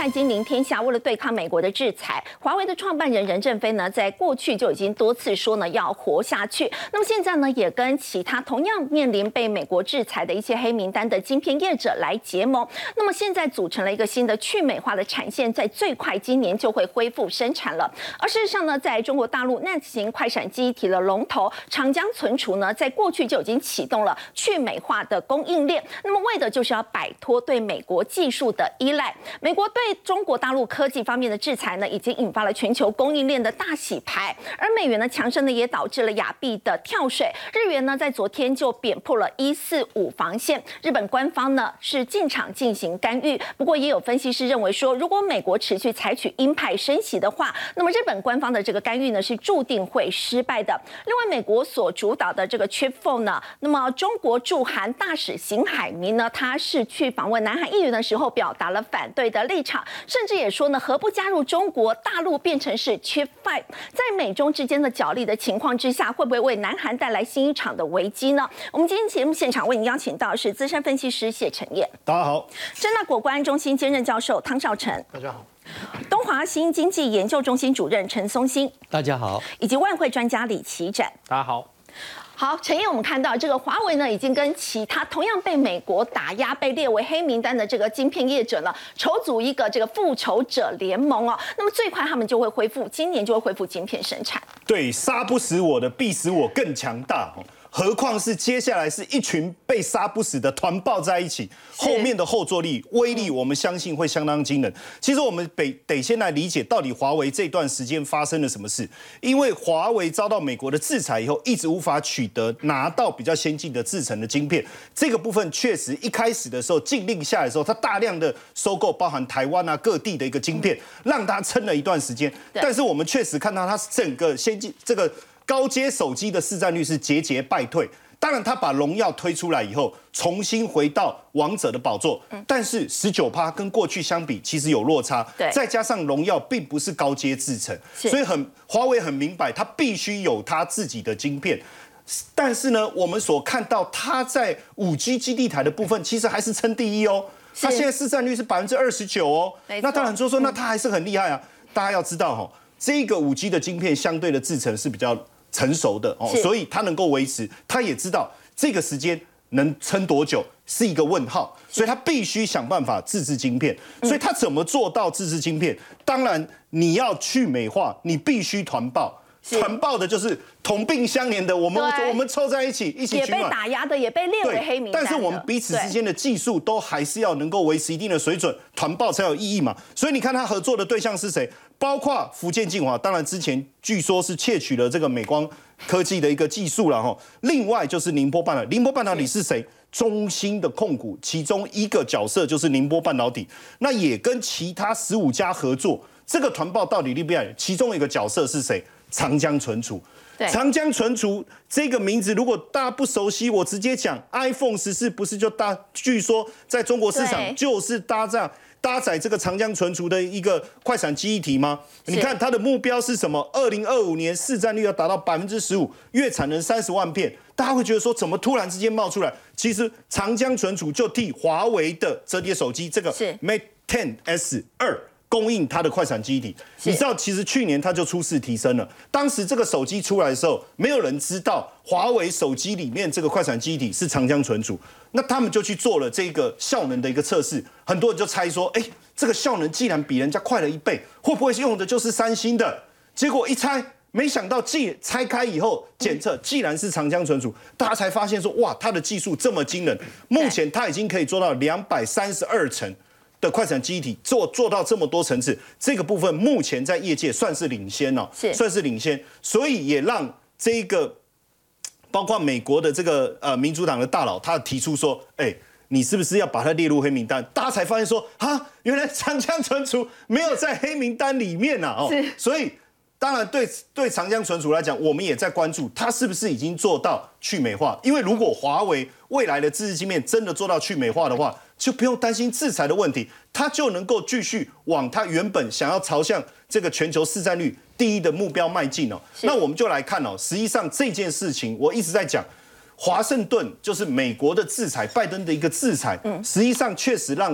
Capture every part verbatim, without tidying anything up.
在金临天下，为了对抗美国的制裁，华为的创办人任正非呢，在过去就已经多次说呢要活下去。那么现在呢，也跟其他同样面临被美国制裁的一些黑名单的晶片业者来结盟。那么现在组成了一个新的去美化的产线，在最快今年就会恢复生产了。而事实上呢，在中国大陆 N A S 型快闪记忆体的龙头长江存储呢，在过去就已经启动了去美化的供应链。那么为的就是要摆脱对美国技术的依赖。美国对中国大陆科技方面的制裁呢，已经引发了全球供应链的大洗牌，而美元的强升呢，也导致了亚币的跳水。日元呢，在昨天就贬破了一四五防线。日本官方呢是进场进行干预，不过也有分析师认为说，如果美国持续采取鹰派升息的话，那么日本官方的这个干预呢是注定会失败的。另外，美国所主导的这个 Chip Four 呢，那么中国驻韩大使邢海明呢，他是去访问南韩议员的时候表达了反对的立场，甚至也说呢，何不加入中国大陆变成是 Chip Five？ 在美中之间的角力的情况之下，会不会为南韩带来新一场的危机呢？我们今天节目现场为您邀请到的是资深分析师谢承彦， 大家好； 政大国关中心兼任教授汤绍成， 大家好； 东华新经济研究中心主任陈松兴， 大家好； 以及外汇专家李奇展， 大家好。 好，陈彦，我们看到这个华为呢，已经跟其他同样被美国打压、被列为黑名单的这个晶片业者呢，筹组一个这个复仇者联盟哦。那么最快他们就会恢复，今年就会恢复晶片生产。 对，杀不死我的，必使我更强大。何况是接下来是一群被杀不死的团抱在一起，后面的后坐力、威力，我们相信会相当惊人。其实我们得得先来理解，到底华为这段时间发生了什么事？因为华为遭到美国的制裁以后，一直无法取得拿到比较先进的制程的晶片。这个部分确实一开始的时候禁令下来的时候，它大量的收购包含台湾啊各地的一个晶片，让它撑了一段时间。但是我们确实看到它整个先进这个。高阶手机的市占率是节节败退，当然他把荣耀推出来以后，重新回到王者的宝座，但是 百分之十九 跟过去相比其实有落差，再加上荣耀并不是高阶制程，所以很华为很明白，它必须有它自己的晶片。但是呢，我们所看到它在 五 G 基地台的部分，其实还是称第一哦，它现在市占率是 百分之二十九 哦，那当然就说那它还是很厉害啊。大家要知道哈，这个 五 G 的晶片相对的制程是比较成熟的哦，所以它能够维持，他也知道这个时间能撑多久是一个问号，所以他必须想办法自制晶片。所以他怎么做到自制晶片？当然你要去美化，你必须团抱。团抱的就是同病相怜的，我们我们凑在一起，一起取暖。 也被打压的，也被列为黑名单的。 但是我们彼此之间的技术都还是要能够维持一定的水准，团抱才有意义嘛。所以你看他合作的对象是谁？包括福建晋华，当然之前据说是窃取了这个美光科技的一个技术了哈。另外就是宁波半导体，宁波半导体是谁？中芯的控股，其中一个角色就是宁波半导体，那也跟其他十五家合作。这个团抱到底厉不厉害？其中一个角色是谁？长江存储。长江存储这个名字，如果大家不熟悉，我直接讲 ，iPhone 十四不是就搭，据说在中国市场就是搭载搭载这个长江存储的一个快闪记忆体吗？你看它的目标是什么？二零二五年市占率要达到百分之十五，月产能三十万片。大家会觉得说，怎么突然之间冒出来？其实长江存储就替华为的折叠手机这个 Mate 十 S 二。供应它的快闪记忆体，你知道，其实去年它就出事提升了。当时这个手机出来的时候，没有人知道华为手机里面这个快闪记忆体是长江存储，那他们就去做了这个效能的一个测试。很多人就猜说，哎，这个效能既然比人家快了一倍，会不会用的就是三星的？结果一猜，没想到既拆开以后检测，既然是长江存储，大家才发现说，哇，它的技术这么惊人。目前它已经可以做到两百三十二层。的快闪记忆体做做到这么多层次，这个部分目前在业界算是领先哦，算是领先，所以也让这个包括美国的这个呃民主党的大佬，他提出说，哎、欸，你是不是要把它列入黑名单？大家才发现说，啊，原来长江存储没有在黑名单里面呐、啊，哦，所以。当然对，对对长江存储来讲，我们也在关注它是不是已经做到去美化。因为如果华为未来的自制晶片真的做到去美化的话，就不用担心制裁的问题，它就能够继续往它原本想要朝向这个全球市占率第一的目标迈进哦。那我们就来看哦，实际上这件事情我一直在讲，华盛顿就是美国的制裁，拜登的一个制裁，实际上确实让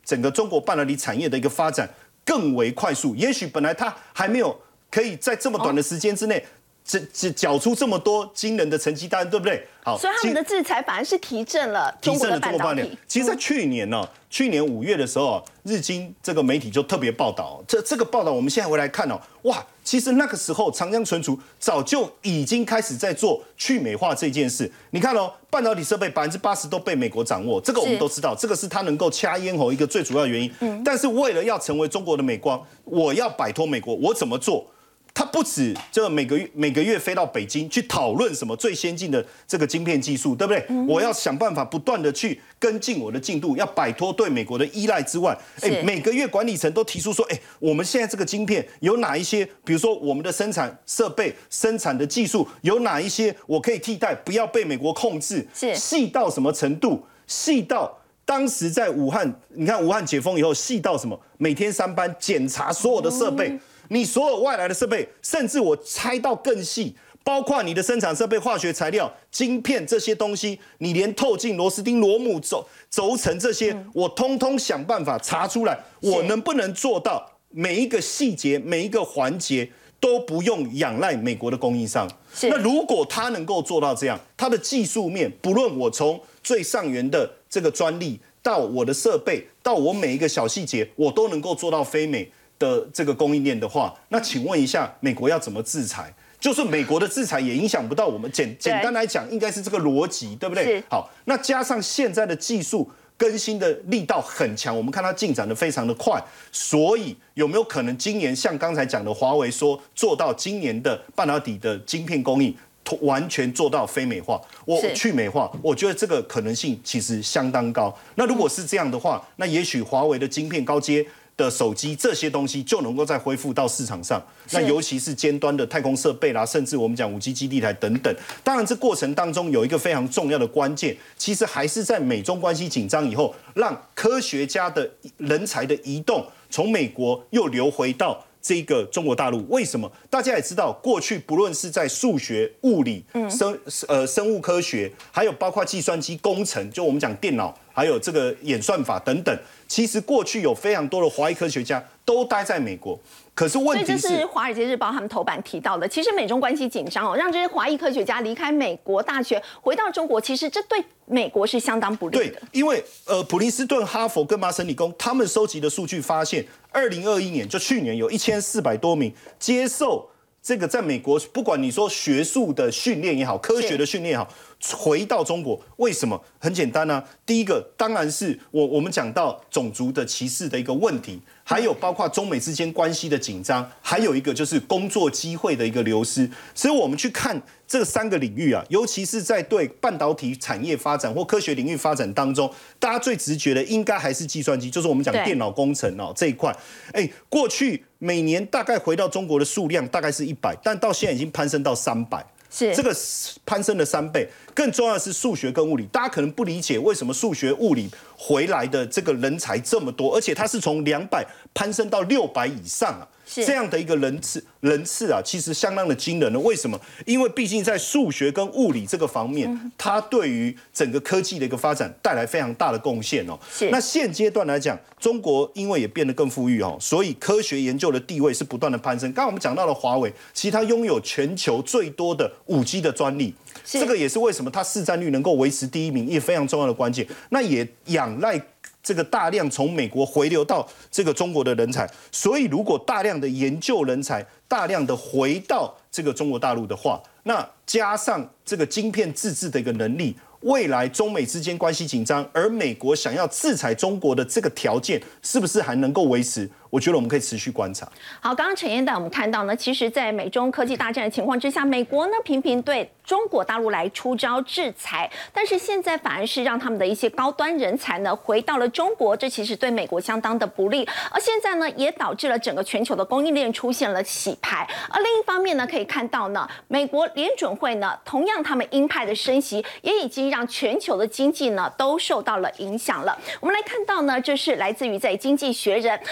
整个中国半导体产业的一个发展更为快速。也许本来它还没有可以在这么短的时间之内。这这缴出这么多惊人的成绩单，对不对？好， 所以他们的制裁反而是提振了中国的半导体。 其实，在去年呢、哦，去年五月的时候啊，日经这个媒体就特别报道，这这个报道我们现在回来看哦，哇，其实那个时候长江存储早就已经开始在做去美化这件事。你看哦，半导体设备百分之八十都被美国掌握，这个我们都知道，这个是它能够掐咽喉一个最主要的原因。嗯、但是为了要成为中国的美光，我要摆脱美国，我怎么做？他不止就每个月每个月飞到北京去讨论什么最先进的这个晶片技术，对不对？嗯、我要想办法不断的去跟进我的进度，要摆脱对美国的依赖之外，哎，每个月管理层都提出说，哎，我们现在这个晶片有哪一些，比如说我们的生产设备、生产的技术有哪一些我可以替代，不要被美国控制， 是细到什么程度？细到当时在武汉，你看武汉解封以后，细到什么？每天三班检查所有的设备。嗯你所有外来的设备，甚至我拆到更细，包括你的生产设备、化学材料、晶片这些东西，你连透镜、螺丝钉、螺母、轴轴承这些，我通通想办法查出来，我能不能做到每一个细节、每一个环节都不用仰赖美国的供应商？那如果他能够做到这样，他的技术面，不论我从最上缘的这个专利到我的设备，到我每一个小细节，我都能够做到非美的这个供应链的话，那请问一下，美国要怎么制裁？就是美国的制裁也影响不到我们。简简单来讲，应该是这个逻辑，对不对？好，那加上现在的技术更新的力道很强，我们看它进展的非常的快，所以有没有可能今年像刚才讲的华为说做到今年的半导体的晶片供应完全做到非美化，我去美化，我觉得这个可能性其实相当高。那如果是这样的话，那也许华为的晶片高阶的手机这些东西就能够再恢复到市场上，那尤其是尖端的太空设备啦，甚至我们讲五 G 基地台等等。当然，这过程当中有一个非常重要的关键，其实还是在美中关系紧张以后，让科学家的人才的移动从美国又流回到这个中国大陆。为什么？大家也知道，过去不论是在数学、物理、生呃生物科学，还有包括计算机工程，就我们讲电脑，还有这个演算法等等。其实过去有非常多的华裔科学家都待在美国，可是问题是， 所以这是《华尔街日报》他们头版提到的。其实美中关系紧张哦，让这些华裔科学家离开美国大学回到中国，其实这对美国是相当不利的。 对，因为呃，普林斯顿、哈佛跟麻省理工他们收集的数据发现，二零二一年就去年有一千四百多名接受这个在美国，不管你说学术的训练也好，科学的训练也好，回到中国，为什么？很简单啊，第一个当然是我我们讲到种族的歧视的一个问题，还有包括中美之间关系的紧张，还有一个就是工作机会的一个流失。所以我们去看这三个领域啊，尤其是在对半导体产业发展或科学领域发展当中，大家最直觉的应该还是计算机，就是我们讲电脑工程哦这一块。哎，过去每年大概回到中国的数量大概是一百，但到现在已经攀升到三百。 是这个攀升了三倍，更重要的是数学跟物理，大家可能不理解为什么数学、物理回来的这个人才这么多，而且它是从两百攀升到六百以上啊，这样的一个人次人次啊，其实相当的惊人了。为什么？因为毕竟在数学跟物理这个方面，嗯、它对于整个科技的一个发展带来非常大的贡献哦。那现阶段来讲，中国因为也变得更富裕哦，所以科学研究的地位是不断的攀升。刚刚我们讲到了华为，其实它拥有全球最多的五 G 的专利，这个也是为什么它市占率能够维持第一名，也非常重要的关键。那也仰赖这个大量从美国回流到这个中国的人才，所以如果大量的研究人才大量的回到这个中国大陆的话，那加上这个晶片自制的一个能力，未来中美之间关系紧张，而美国想要制裁中国的这个条件，是不是还能够维持？我觉得我们可以持续观察。 好，刚刚陈彦带我们看到呢，其实，在美中科技大战的情况之下，美国呢频频对中国大陆来出招制裁，但是现在反而是让他们的一些高端人才呢回到了中国，这其实对美国相当的不利。而现在呢，也导致了整个全球的供应链出现了洗牌。而另一方面呢，可以看到呢，美国联准会呢，同样他们鹰派的升息，也已经让全球的经济呢都受到了影响了。我们来看到呢，这是来自于在《经济学人》他提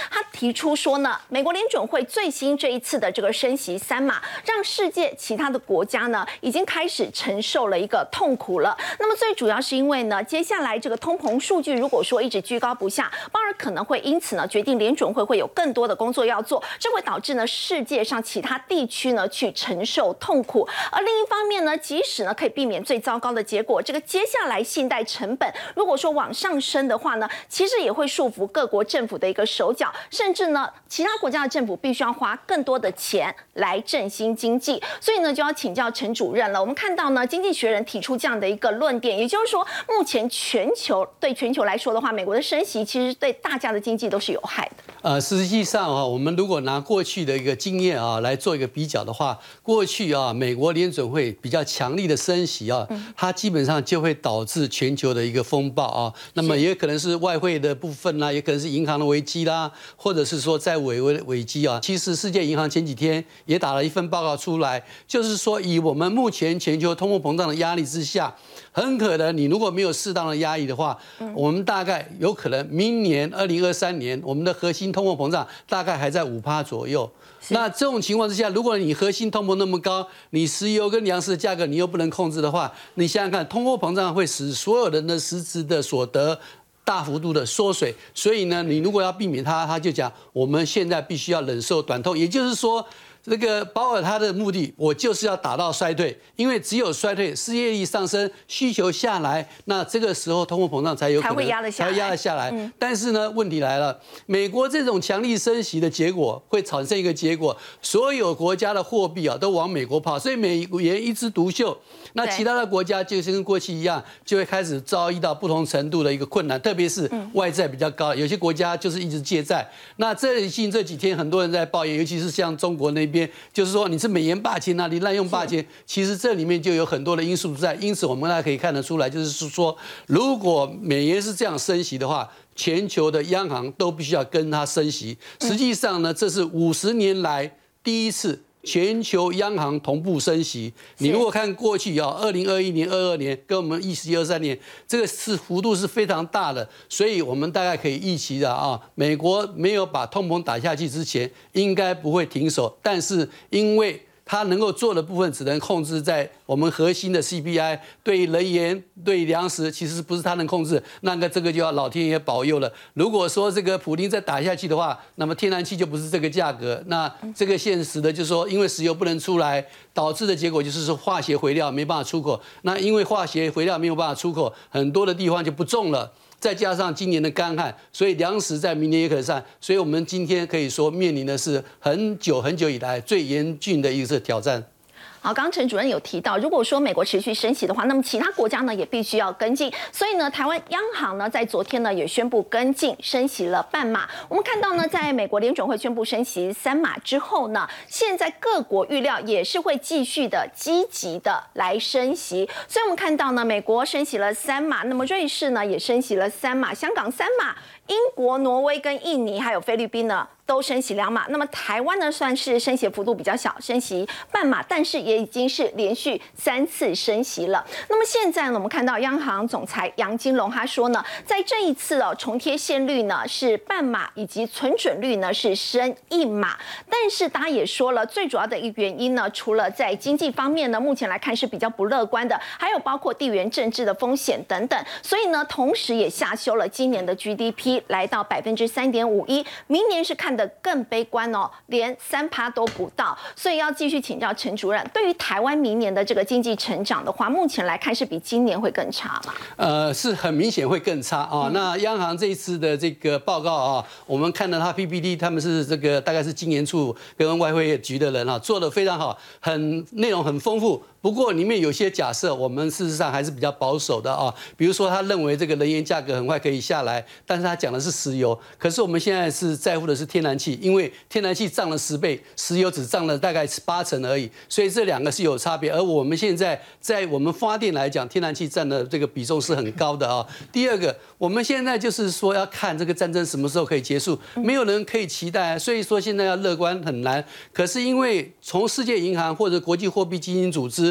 提出说呢，美国联准会最新这一次的这个升息三码，让世界其他的国家呢已经开始承受了一个痛苦了。那么最主要是因为呢，接下来这个通膨数据如果说一直居高不下，鲍尔可能会因此呢决定联准会会有更多的工作要做，这会导致呢世界上其他地区呢去承受痛苦。而另一方面呢，即使呢可以避免最糟糕的结果，这个接下来信贷成本如果说往上升的话呢，其实也会束缚各国政府的一个手脚，甚至呢其他国家的政府必须要花更多的钱来振兴经济。所以呢就要请教陈主任了。我们看到呢，《经济学人》提出这样的一个论点，也就是说，目前全球对全球来说的话，美国的升息其实对大家的经济都是有害的。 呃，实际上啊，我们如果拿过去的一个经验啊来做一个比较的话，过去啊，美国联准会比较强力的升息啊，它基本上就会导致全球的一个风暴啊。那么也可能是外汇的部分啦、啊，也可能是银行的危机啦，或者是说债务危危机啊。其实世界银行前几天也打了一份报告出来，就是说以我们目前全球通货膨胀的压力之下，很可能你如果没有适当的压抑的话，我们大概有可能明年二零二三年我们的核心通货膨胀大概还在五趴左右。那这种情况之下，如果你核心通膨那么高，你石油跟粮食的价格你又不能控制的话，你想想看，通货膨胀会使所有人的实质的所得大幅度的缩水。所以呢，你如果要避免它，他就讲我们现在必须要忍受短痛，也就是说。这个鲍尔他的目的，我就是要打到衰退，因为只有衰退，失业率上升，需求下来，那这个时候通货膨胀才有可能才会压得下来。 才会压得下来。嗯、但是呢，问题来了，美国这种强力升息的结果会产生一个结果，所有国家的货币啊都往美国跑，所以美元一枝独秀。那其他的国家就是跟过去一样，就会开始遭遇到不同程度的一个困难，特别是外债比较高，有些国家就是一直借债。那最近这几天很多人在抱怨，尤其是像中国那边。就是说你是美元霸权啊，你滥用霸权，其实这里面就有很多的因素在，因此我们大家可以看得出来，就是说，如果美元是这样升息的话，全球的央行都必须要跟它升息。实际上呢，这是五十年来第一次。全球央行同步升息，你如果看过去啊，二零二一年、二二年跟我们一十一、二三年，这个是幅度是非常大的，所以我们大概可以预期的啊，美国没有把通膨打下去之前，应该不会停手，但是因为它能够做的部分只能控制在我们核心的 C P I， 对于能源、对粮食，其实不是它能控制，那个这个就要老天爷保佑了。如果说这个普丁再打下去的话，那么天然气就不是这个价格。那这个现实的就是说，因为石油不能出来，导致的结果就是说化学肥料没办法出口。那因为化学肥料没有办法出口，很多的地方就不种了。再加上今年的干旱，所以粮食在明年也可能上，所以我们今天可以说面临的是很久很久以来最严峻的一次挑战。 好，刚刚陈主任有提到，如果说美国持续升息的话，那么其他国家呢也必须要跟进。所以呢，台湾央行呢在昨天呢也宣布跟进升息了半码。我们看到呢，在美国联准会宣布升息三码之后呢，现在各国预料也是会继续的积极的来升息。所以我们看到呢，美国升息了三码，那么瑞士呢也升息了三码，香港三码。英国、挪威跟印尼还有菲律宾呢，都升息两码。那么台湾呢，算是升息幅度比较小，升息半码，但是也已经是连续三次升息了。那么现在呢，我们看到央行总裁杨金龙他说呢，在这一次哦，重贴现率呢是半码，以及存准率呢是升一码。但是大家也说了，最主要的一个原因呢，除了在经济方面呢，目前来看是比较不乐观的，还有包括地缘政治的风险等等。所以呢，同时也下修了今年的 G D P。来到百分之三点五一，明年是看得更悲观哦，连三趴都不到。所以要继续请教陈主任，对于台湾明年的这个经济成长的话，目前来看是比今年会更差吗？ 呃，是很明显会更差啊。嗯、那央行这一次的这个报告啊，我们看到它 P P T， 他们是这个大概是经研处跟外汇局的人啊做得非常好，很内容很丰富。不过里面有些假设，我们事实上还是比较保守的啊。比如说，他认为这个能源价格很快可以下来，但是他讲的是石油。可是我们现在是在乎的是天然气，因为天然气涨了十倍，石油只涨了大概八成而已，所以这两个是有差别。而我们现在在我们发电来讲，天然气占的这个比重是很高的啊。第二个，我们现在就是说要看这个战争什么时候可以结束，没有人可以期待，所以说现在要乐观很难。可是因为从世界银行或者国际货币基金组织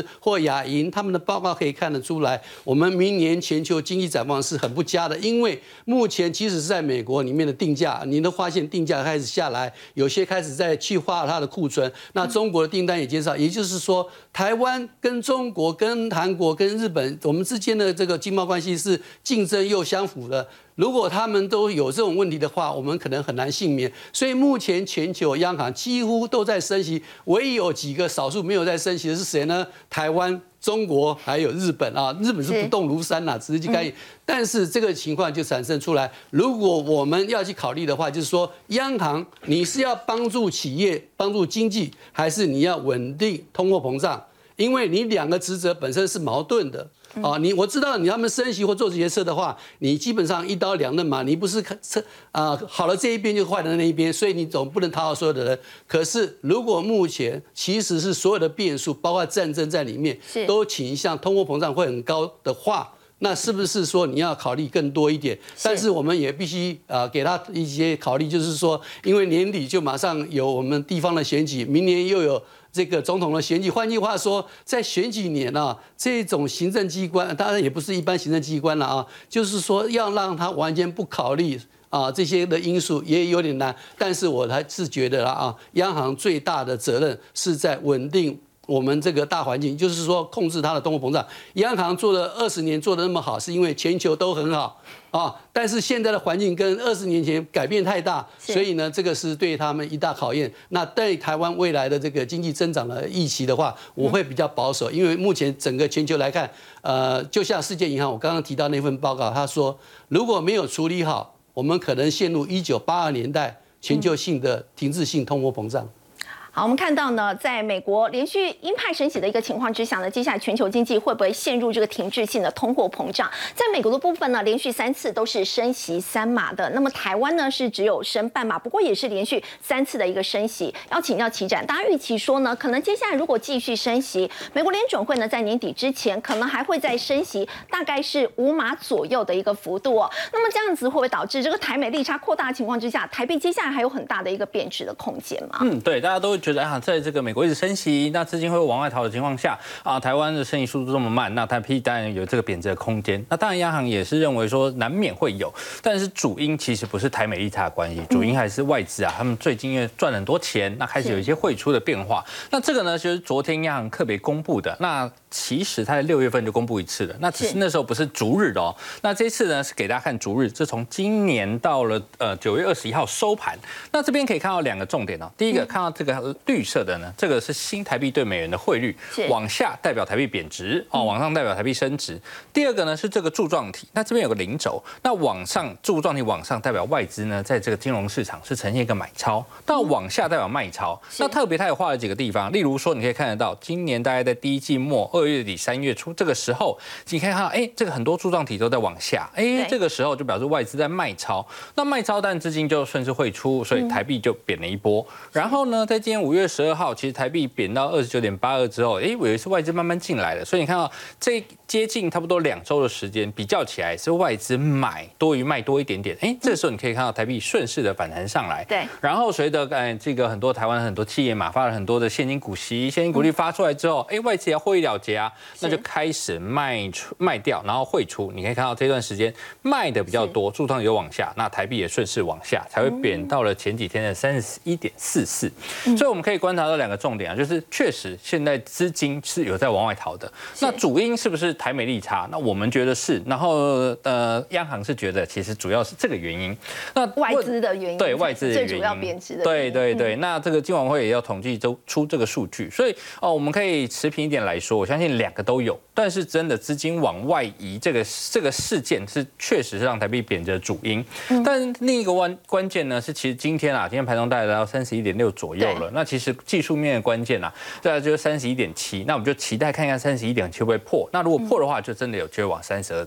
或亚银他们的报告可以看得出来，我们明年全球经济展望是很不佳的，因为目前即使是在美国里面的定价，你都发现定价开始下来，有些开始在去化它的库存，那中国的订单也减少，也就是说，台湾跟中国、跟韩国、跟日本，我们之间的这个经贸关系是竞争又相符的。如果他们都有这种问题的话，我们可能很难幸免。所以目前全球央行几乎都在升息，唯有几个少数没有在升息的是谁呢？台湾、中国还有日本啊，日本是不动如山呐、啊，直接去干预。但是这个情况就产生出来，如果我们要去考虑的话，就是说，央行你是要帮助企业、帮助经济，还是你要稳定通货膨胀？因为你两个职责本身是矛盾的。啊，你我知道你他们升息或做决策的话，你基本上一刀两刃嘛，你不是啊好了这一边就坏了那一边，所以你总不能讨好所有的人。可是如果目前其实是所有的变数，包括战争在里面，都倾向通货膨胀会很高的话，那是不是说你要考虑更多一点？但是我们也必须啊给他一些考虑，就是说，因为年底就马上有我们地方的选举，明年又有这个总统的选举。换句话说，在选举年啊，这种行政机关当然也不是一般行政机关了啊，就是说要让他完全不考虑啊这些的因素也有点难。但是我还是觉得啊，央行最大的责任是在稳定我们这个大环境，就是说控制它的通货膨胀。央行做了二十年做得那么好，是因为全球都很好啊。但是现在的环境跟二十年前改变太大，所以呢，这个是对他们一大考验。那对台湾未来的这个经济增长的预期的话，我会比较保守，因为目前整个全球来看，呃，就像世界银行我刚刚提到那份报告，他说如果没有处理好，我们可能陷入一九八二年代全球性的停滞性通货膨胀。 好，我们看到呢，在美国连续鹰派升息的一个情况之下呢，接下来全球经济会不会陷入这个停滞性的通货膨胀？在美国的部分呢，连续三次都是升息三码的，那么台湾呢是只有升半码，不过也是连续三次的一个升息。要请教齐展，大家预期说呢，可能接下来如果继续升息，美国联准会呢在年底之前可能还会再升息，大概是五码左右的一个幅度哦。那么这样子会不会导致这个台美利差扩大的情况之下，台币接下来还有很大的一个贬值的空间吗？ 嗯，对，大家都会觉得啊，在这个美国一直升息，那资金会往外逃的情况下啊，台湾的升息速度这么慢，那台币当然有这个贬值的空间。那当然，央行也是认为说难免会有，但是主因其实不是台美利差的关系，主因还是外资啊，他们最近因为赚了很多钱，那开始有一些汇出的变化。那这个呢，就是昨天央行特别公布的。那其实它在六月份就公布一次了，那只是那时候不是逐日的哦。那这次呢是给大家看逐日，这从今年到了呃九月二十一号收盘。那这边可以看到两个重点哦，第一个看到这个绿色的呢。这个是新台币对美元的汇率，往下代表台币贬值哦，往上代表台币升值。第二个呢是这个柱状体，那这边有个零轴，那往上柱状体往上代表外资呢，在这个金融市场是呈现一个买超，到往下代表卖超。那特别它也画了几个地方，例如说你可以看得到，今年大概在第一季末二月底三月初这个时候，你可以看到，哎，这个很多柱状体都在往下，哎，这个时候就表示外资在卖超，那卖超但资金就顺势汇出，所以台币就贬了一波。然后呢，在今年五月十二号。其实台币贬到二十九点八二之后，哎，我以为是外资慢慢进来了，所以你看到这接近差不多两周的时间，比较起来是外资买多于卖多一点点，哎，这个时候你可以看到台币顺势的反弹上来， 对， 然后随着呃这个很多台湾很多企业嘛发了很多的现金股息，现金股利发出来之后，哎，外资要获利了结啊，那就开始卖出卖掉，然后汇出，你可以看到这段时间卖的比较多，柱状有往下，那台币也顺势往下，才会贬到了前几天的三十一点四四，所以我们可以观察到两个重点啊，就是确实现在资金是有在往外逃的。那主因是不是台美利差？那我们觉得是，然后呃，央行是觉得其实主要是这个原因。那外资的原因， 对外资的原因， 最主要贬值的。 对对对，那这个金管会也要统计出出这个数据，所以哦，我们可以持平一点来说，我相信两个都有。但是真的资金往外移，这个这个事件是确实是让台币贬值的主因。但另一个关关键呢是，其实今天啊，今天盘中大概来到三十一点六左右了。那其实技术面的关键啊，对啊，就是三十一点七。那我们就期待看看三十一点七会不会破。那如果破的话，就真的有机会往三十二走。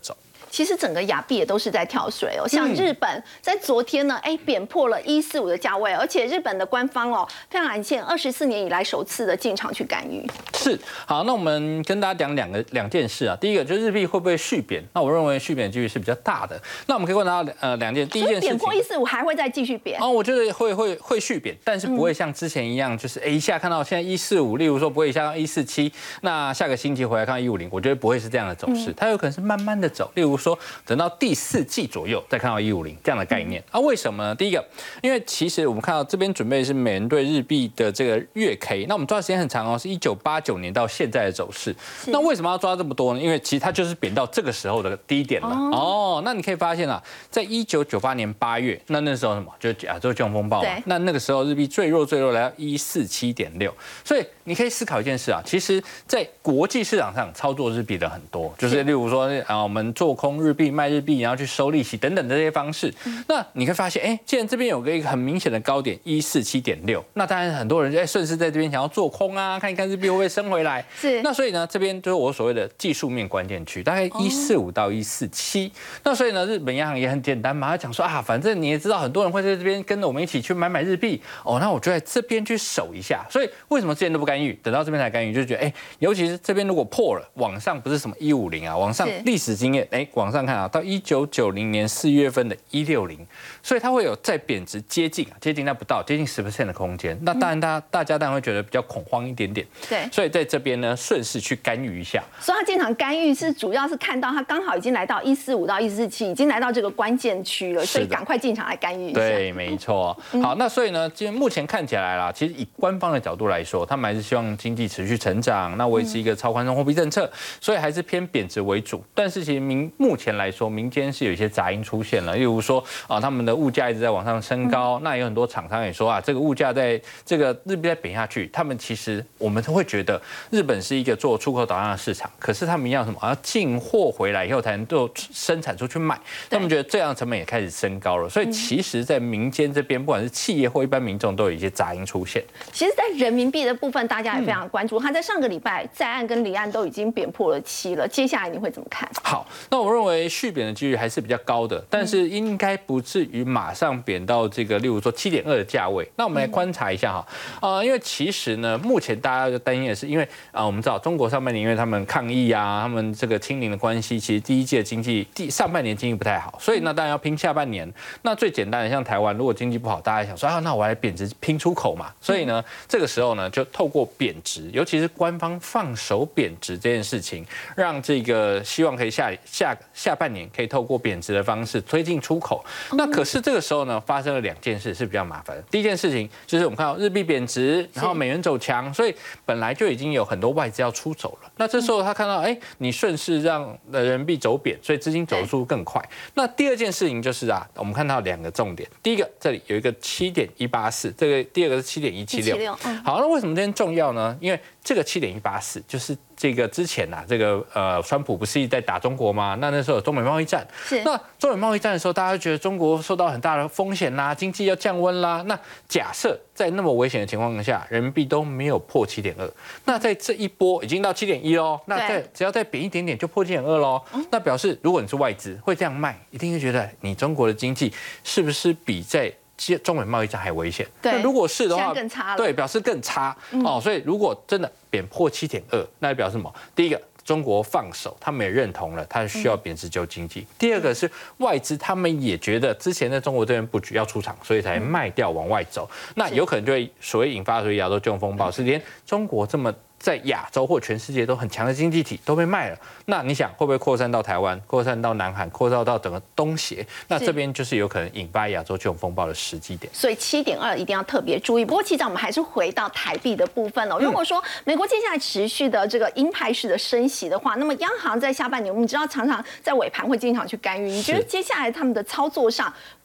其实整个亚币也都是在跳水哦。像日本在昨天呢，哎，贬破了一四五的价位，而且日本的官方哦非常罕见，二十四年以来首次的进场去干预。 是，好，那我们跟大家讲两个两件事啊。第一个就是日币会不会续贬？那我认为续贬的几率是比较大的。那我们可以问大家呃两件，第一件事情， 贬破一四五还会再继续贬？ 哦，我觉得会会会续贬，但是不会像之前一样，就是哎一下看到现在一四五，例如说不会一下到一四七，那下个星期回来看一五零，我觉得不会是这样的走势，它有可能是慢慢的走，例如说等到第四季左右再看到一五零这样的概念。啊，为什么呢？第一个，因为其实我们看到这边准备是美元对日币的这个月 K， 那我们抓的时间很长哦，是一九八九年到现在的走势。那为什么要抓这么多呢？因为其实它就是贬到这个时候的低点了。哦，那你可以发现啊，在一九九八年八月，那那时候什么，就是亚洲金融风暴嘛。那那个时候日币最弱最弱来到一四七点六，所以你可以思考一件事啊，其实，在国际市场上操作日币的很多，就是例如说啊，我们做空日币、卖日币，然后去收利息等等的这些方式。那你会发现，哎，既然这边有个一个很明显的高点一四七点六，那当然很多人就哎顺势在这边想要做空啊，看一看日币会不会升回来。 是。 那所以呢，这边就是我所谓的技术面关键区，大概一四五到一四七。那所以呢，日本央行也很简单嘛，他讲说啊，反正你也知道很多人会在这边跟着我们一起去买买日币哦，那我就在这边去守一下。所以为什么之前都不干预，等到这边才干预，就觉得哎，尤其是这边如果破了，往上不是什么一五零啊，往上历史经验哎，往上看啊，到一九九零年四月份的一六零，所以它会有再贬值接近啊，接近但不到接近十 percent 的空间。那当然大家大家当然会觉得比较恐慌一点点， 对， 所以在这边呢顺势去干预一下。 所以他进场干预是主要是看到他刚好已经来到一四五到一四七，已经来到这个关键区了，所以赶快进场来干预一下。 对，没错。好，那所以呢，今天目前看起来啦，其实以官方的角度来说，他们还是希望经济持续成长，那维持一个超宽松货币政策，所以还是偏贬值为主。但是其实民目前来说，民间是有一些杂音出现了，例如说啊，他们的物价一直在往上升高，那有很多厂商也说啊，这个物价在这个日币在贬下去，他们其实我们都会觉得日本是一个做出口导向的市场，可是他们要什么？要进货回来以后才能够生产出去卖，他们觉得这样成本也开始升高了，所以其实，在民间这边，不管是企业或一般民众，都有一些杂音出现。 其实，在人民币的部分，大家也非常关注，它在上个礼拜在岸跟离岸都已经贬破了七了，接下来你会怎么看？ 好，那我认为续贬的几率还是比较高的，但是应该不至于马上贬到这个，例如说七点二的价位。那我们来观察一下哈，呃，因为其实呢，目前大家就担心的是，因为啊、呃，我们知道中国上半年因为他们抗疫啊，他们这个清零的关系，其实第一季的经济第上半年经济不太好，所以呢，当然要拼下半年。那最简单的，像台湾，如果经济不好，大家想说啊，那我来贬值拼出口嘛。所以呢，这个时候呢，就透过贬值，尤其是官方放手贬值这件事情，让这个希望可以下下下半年可以透过贬值的方式推进出口。那可是这个时候呢，发生了两件事是比较麻烦的。第一件事情就是我们看到日币贬值，然后美元走强，所以本来就已经有很多外资要出走了。那这时候他看到，哎，你顺势让人民币走贬，所以资金走的速度更快。那第二件事情就是啊，我们看到两个重点，第一个这里有一个七点一八四，这个第二个是七点一七六。好，那为什么这件重要呢？因为这个七点一八四就是这个之前啊，这个呃，川普不是一直在打中国吗？那那时候有中美贸易战， 是那中美贸易战的时候，大家就觉得中国受到很大的风险啦，经济要降温啦。那假设在那么危险的情况下，人民币都没有破七点二，那在这一波已经到七点一喽，那再只要再贬一点点就破七点二喽。那表示如果你是外资会这样卖，一定会觉得你中国的经济是不是比在中美贸易战还危险？ 对， 如果是的话， 更差了。 对，表示更差、嗯、哦。所以如果真的贬破七点二，那就表示什么？第一个，中国放手，他们也认同了，它需要贬值救经济。嗯、第二个是外资，他们也觉得之前在中国这边布局要出场，所以才卖掉往外走。嗯、那有可能就会所谓引发所谓亚洲金融风暴，是连中国这么在亚洲或全世界都很强的经济体都被卖了，那你想会不会扩散到台湾、扩散到南韩、扩散到整个东协？那这边就是有可能引发亚洲金融风暴的时机点。 所以七点二一定要特别注意。不过，其实我们还是回到台币的部分哦。如果说美国接下来持续的这个鹰派式的升息的话，那么央行在下半年，我们知道常常在尾盘会经常去干预。你觉得接下来他们的操作上？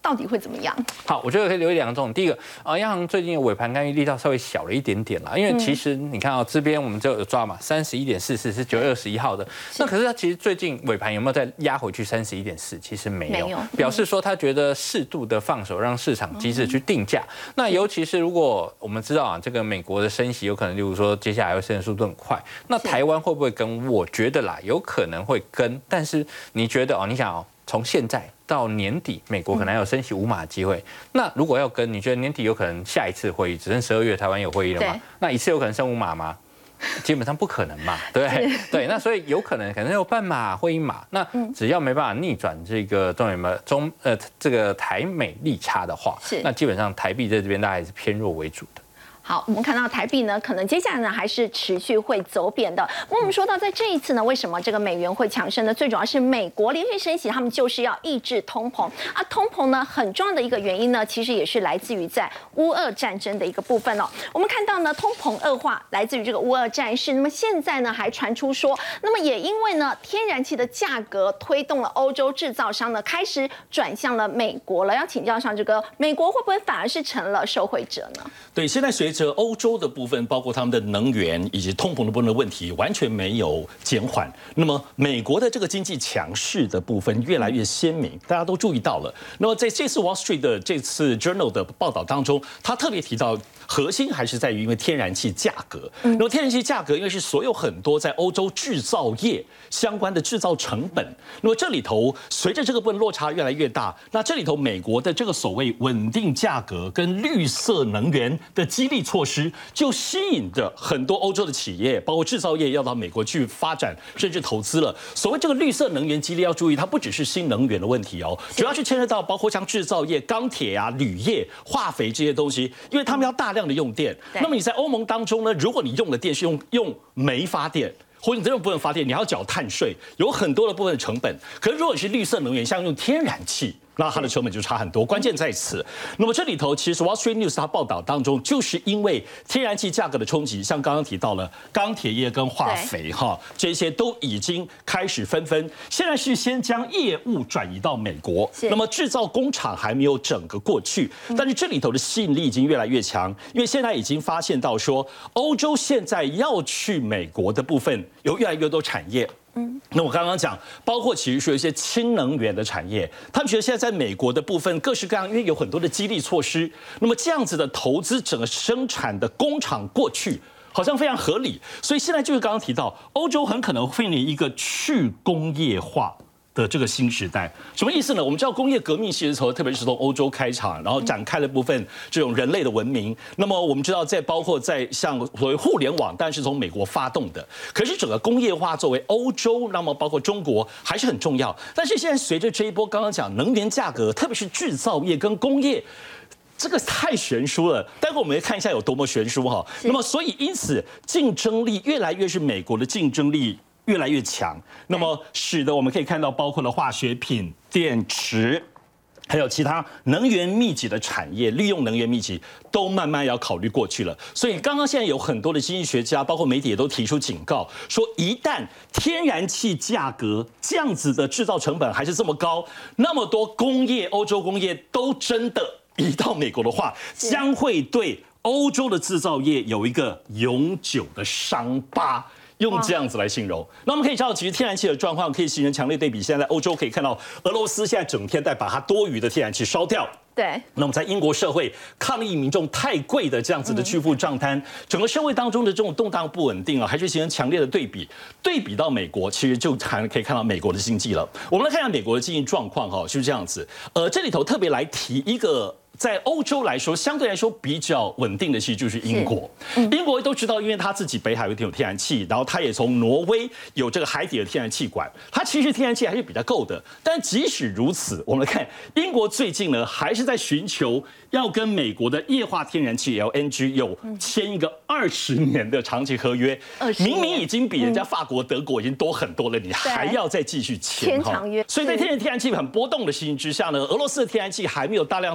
到底会怎么样？ 好，我觉得可以留意两种。第一个，呃，央行最近的尾盘干预力道稍微小了一点点啦，因为其实你看啊、哦，这边我们就有抓嘛，三十一点四四是九月二十一号的，那可是它其实最近尾盘有没有再压回去三十一点四？其实没有，没有表示说他觉得适度的放手，让市场机制去定价。嗯、那尤其是如果我们知道啊，这个美国的升息有可能，例如说接下来会升的速度很快，那台湾会不会跟？我觉得啦，有可能会跟，但是你觉得哦，你想哦。从现在到年底，美国可能还有升息五码的机会。嗯、那如果要跟，你觉得年底有可能下一次会议只剩十二月，台湾有会议了吗？那一次有可能升五码吗？基本上不可能嘛，对不对？对，那所以有可能可能有半码或一码。那只要没办法逆转这个中美中呃这个台美利差的话，那基本上台币在这边大概还是偏弱为主的。 好，我们看到台币呢，可能接下来呢还是持续会走贬的。那我们说到在这一次呢，为什么这个美元会强升呢？最主要是美国连续升息，他们就是要抑制通膨啊。通膨呢，很重要的一个原因呢，其实也是来自于在乌俄战争的一个部分哦。我们看到呢，通膨恶化来自于这个乌俄战事。那么现在呢，还传出说，那么也因为呢，天然气的价格推动了欧洲制造商呢开始转向了美国了。要请教上这个美国会不会反而是成了受惠者呢？ 对，现在随着欧洲的部分，包括他们的能源以及通膨的部分的问题，完全没有减缓。那么，美国的这个经济强势的部分越来越鲜明，大家都注意到了。那么，在这次 Wall Street 的这次 Journal 的报道当中，他特别提到，核心还是在于因为天然气价格。那么，天然气价格因为是所有很多在欧洲制造业相关的制造成本。那么这里头随着这个部分落差越来越大，那这里头美国的这个所谓稳定价格跟绿色能源的激励措施。就吸引着很多欧洲的企业，包括制造业要到美国去发展，甚至投资了。所谓这个绿色能源激励要注意，它不只是新能源的问题哦，主要是牵涉到包括像制造业、钢铁啊、铝业、化肥这些东西，因为他们要大量的用电。那么你在欧盟当中呢，如果你用的电是用用煤发电。或者你这种部分发电，你要缴碳税，有很多的部分的成本。可是如果你是绿色能源，像用天然气，那它的成本就差很多。关键在此。那么这里头其实 Wall Street News 它报道当中，就是因为天然气价格的冲击，像刚刚提到了钢铁业跟化肥哈，这些都已经开始纷纷。现在是先将业务转移到美国，那么制造工厂还没有整个过去，但是这里头的吸引力已经越来越强，因为现在已经发现到说，欧洲现在要去美国的部分。有越来越多产业，嗯，那我刚刚讲，包括其实是有一些氢能源的产业，他们觉得现在在美国的部分各式各样，因为有很多的激励措施，那么这样子的投资整个生产的工厂过去，好像非常合理，所以现在就是刚刚提到，欧洲很可能会面临一个去工业化的这个新时代，什么意思呢？我们知道工业革命其实从特别是从欧洲开场，然后展开了部分这种人类的文明。那么我们知道，在包括在像所谓互联网，当然是从美国发动的。可是整个工业化作为欧洲，那么包括中国还是很重要。但是现在随着这一波刚刚讲能源价格，特别是制造业跟工业。这个太悬殊了，待会我们来看一下有多么悬殊哈。那么，所以因此竞争力越来越是美国的竞争力。越来越强，那么使得我们可以看到，包括了化学品、电池，还有其他能源密集的产业，利用能源密集都慢慢要考虑过去了。所以刚刚现在有很多的经济学家，包括媒体也都提出警告，说一旦天然气价格这样子的制造成本还是这么高，那么多工业，欧洲工业都真的移到美国的话，将会对欧洲的制造业有一个永久的伤疤。用这样子来形容，那我们可以知道，其实天然气的状况可以形成强烈对比。现在在欧洲可以看到，俄罗斯现在整天在把它多余的天然气烧掉。 对， 那么在英国社会抗议民众太贵的这样子的巨富账单，整个社会当中的这种动荡不稳定啊，还是形成强烈的对比。对比到美国，其实就还可以看到美国的经济了。我们来看一下美国的经济状况哈，就是这样子。呃，这里头特别来提一个。在欧洲来说，相对来说比较稳定的，其实就是英国。英国都知道，因为他自己北海有天然气，然后他也从挪威有这个海底的天然气管，它其实天然气还是比较够的。但即使如此，我们来看英国最近呢，还是在寻求要跟美国的液化天然气 L N G 有签一个二十年的长期合约。明明已经比人家法国、德国已经多很多了，你还要再继续签签长约。 所以在天然天然气很波动的情形之下呢，俄罗斯的天然气还没有大量到中国之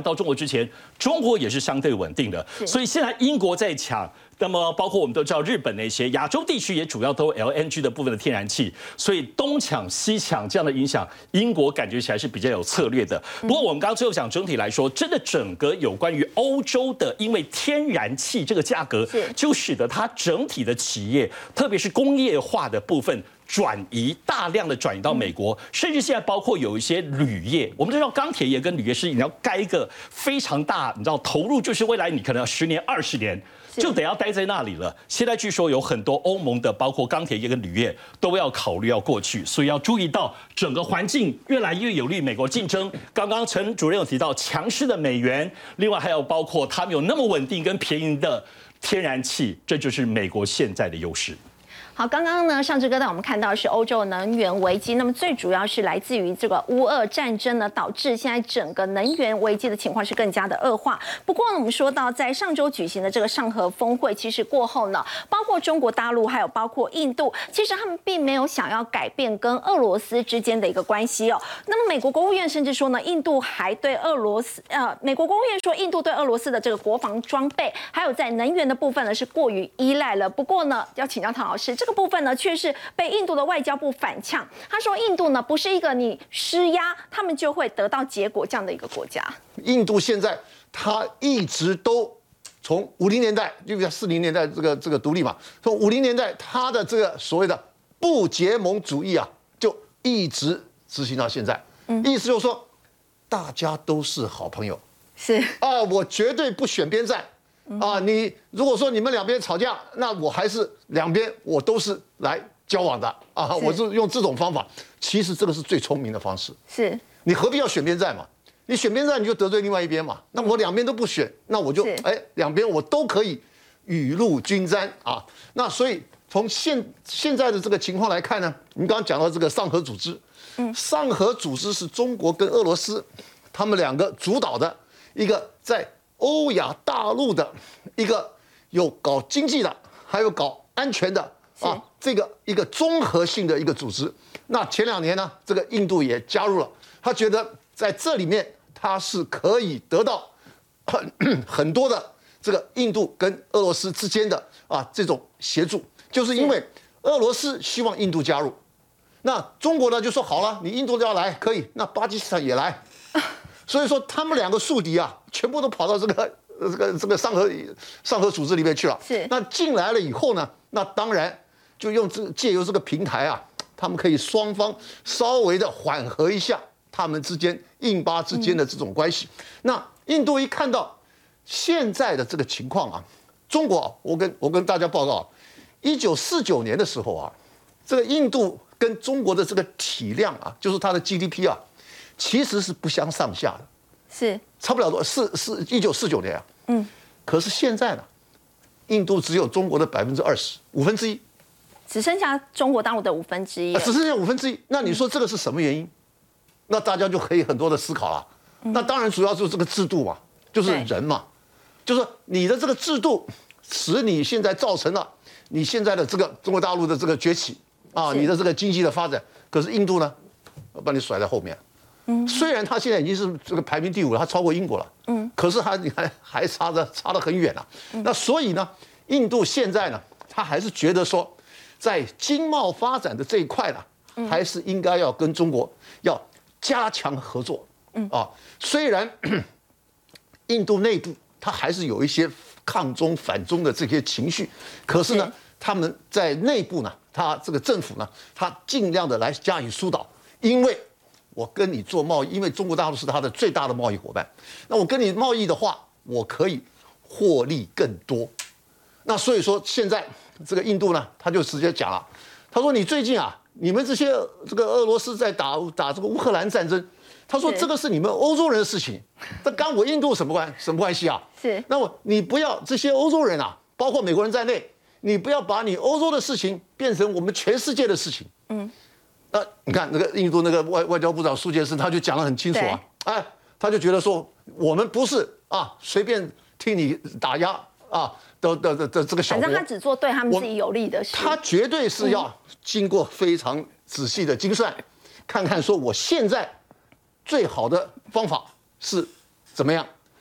前，中国也是相对稳定的，所以现在英国在抢。那么，包括我们都知道，日本那些亚洲地区也主要都有 L N G 的部分的天然气，所以东抢西抢这样的影响，英国感觉起来是比较有策略的。不过，我们刚刚最后讲整体来说，真的整个有关于欧洲的，因为天然气这个价格，就使得它整体的企业，特别是工业化的部分。转移大量的转移到美国，甚至现在包括有一些铝业，我们知道钢铁业跟铝业是你要盖一个非常大，你知道投入就是未来你可能要十年、二十年就得要待在那里了。现在据说有很多欧盟的，包括钢铁业跟铝业都要考虑要过去，所以要注意到整个环境越来越有利美国竞争。刚刚陈主任有提到强势的美元，另外还有包括他们有那么稳定跟便宜的天然气，这就是美国现在的优势。 好，刚刚呢，上志哥带我们看到是欧洲能源危机，那么最主要是来自于这个乌俄战争呢，导致现在整个能源危机的情况是更加的恶化。不过呢，我们说到在上周举行的这个上合峰会，其实过后呢，包括中国大陆还有包括印度，其实他们并没有想要改变跟俄罗斯之间的一个关系哦。那么美国国务院甚至说呢，印度还对俄罗斯，呃，美国国务院说印度对俄罗斯的这个国防装备，还有在能源的部分呢是过于依赖了。不过呢，要请教唐老师，这个部分呢，却是被印度的外交部反呛。他说，印度呢不是一个你施压他们就会得到结果这样的一个国家。 印度现在他一直都从五零年代，就像四零年代这个这个独立嘛，从五零年代他的这个所谓的不结盟主义啊，就一直执行到现在。嗯，意思就是说，大家都是好朋友。 是啊，我绝对不选边站。啊，你如果说你们两边吵架，那我还是两边我都是来交往的啊，我是用这种方法。其实这个是最聪明的方式。 是， 你何必要选边站嘛？你选边站你就得罪另外一边嘛。那我两边都不选，那我就哎两边我都可以雨露均沾啊。那所以从现现在的这个情况来看呢，你刚刚讲到这个上合组织，嗯，上合组织是中国跟俄罗斯他们两个主导的一个在欧亚大陆的一个有搞经济的，还有搞安全的啊，这个一个综合性的一个组织。那前两年呢，这个印度也加入了，他觉得在这里面他是可以得到很很多的这个印度跟俄罗斯之间的啊这种协助，就是因为俄罗斯希望印度加入，那中国呢就说好了，你印度要来可以，那巴基斯坦也来。所以说，他们两个宿敌啊，全部都跑到这个这个这个上合上合组织里面去了。 是。 那进来了以后呢，那当然就用这借由这个平台啊，他们可以双方稍微的缓和一下他们之间印巴之间的这种关系。嗯、那印度一看到现在的这个情况啊，中国，我跟我跟大家报告，一九四九年的时候啊，这个印度跟中国的这个体量啊，就是它的 G D P 啊。其实是不相上下的， 是差不了多，是是一九四九年啊，嗯，可是现在呢，印度只有中国的百分之二十，五分之一， 只剩下中国大陆的五分之一、 啊，只剩下五分之一。那你说这个是什么原因？那大家就可以很多的思考了。嗯、那当然主要就是这个制度嘛，就是人嘛，就是你的这个制度使你现在造成了你现在的这个中国大陆的这个崛起啊，你的这个经济的发展。可是印度呢，把你甩在后面。虽然他现在已经是这个排名第五了，他超过英国了，嗯，可是他你还还差得差得很远啊。那所以呢，印度现在呢，他还是觉得说，在经贸发展的这一块呢，还是应该要跟中国要加强合作，嗯啊，虽然印度内部他还是有一些抗中反中的这些情绪，可是呢，他们在内部呢，他这个政府呢，他尽量的来加以疏导，因为。我跟你做贸易，因为中国大陆是他的最大的贸易伙伴。那我跟你贸易的话，我可以获利更多。那所以说，现在这个印度呢，他就直接讲了，他说：“你最近啊，你们这些这个俄罗斯在打打这个乌克兰战争，他说这个是你们欧洲人的事情，这跟我印度什么关什么关系啊？ 是。 那么你不要这些欧洲人啊，包括美国人在内，你不要把你欧洲的事情变成我们全世界的事情。”嗯。那你看那个印度那个外外交部长苏杰生，他就讲得很清楚啊，哎，他就觉得说我们不是啊随便替你打压啊的的的的这个小国， 反正他只做对他们自己有利的事， 他绝对是要经过非常仔细的精算，嗯、看看说我现在最好的方法是怎么样。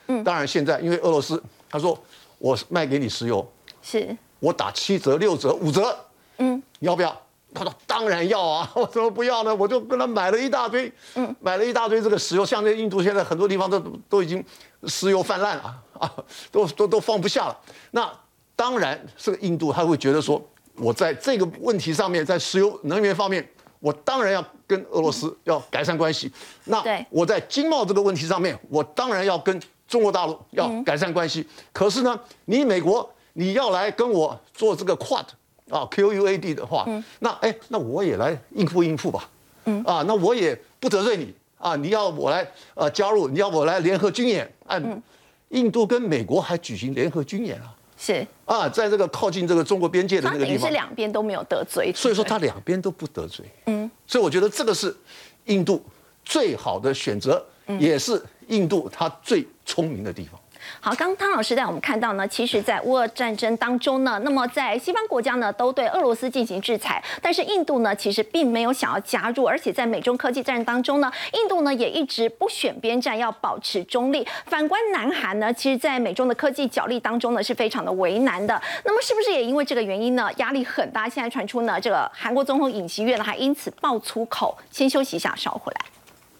嗯，当然现在因为俄罗斯他说我卖给你石油， 是我打七折、六折、五折，嗯，你要不要？他说当然要啊，我怎么不要呢？我就跟他买了一大堆，嗯，买了一大堆这个石油，像这印度现在很多地方都都已经石油泛滥了啊，都都都放不下了。那当然，这个印度他会觉得说，我在这个问题上面，在石油能源方面，我当然要跟俄罗斯要改善关系。那我在经贸这个问题上面，我当然要跟中国大陆要改善关系。可是呢，你美国你要来跟我做这个 Quad。啊 ，Q U A D 的话，嗯、那哎，那我也来应付应付吧，嗯，啊，那我也不得罪你啊，你要我来呃加入，你要我来联合军演，啊，嗯、印度跟美国还举行联合军演啊， 是啊，在这个靠近这个中国边界的那个地方， 是两边都没有得罪， 所以说他两边都不得罪，嗯，所以我觉得这个是印度最好的选择，嗯、也是印度他最聪明的地方。 好，刚刚汤老师带我们看到呢，其实，在乌俄战争当中呢，那么在西方国家呢都对俄罗斯进行制裁，但是印度呢其实并没有想要加入，而且在美中科技战当中呢，印度呢也一直不选边站，要保持中立。反观南韩呢，其实在美中的科技角力当中呢是非常的为难的。那么是不是也因为这个原因呢，压力很大？现在传出呢，这个韩国总统尹锡悦呢还因此爆粗口。先休息一下，稍后回来。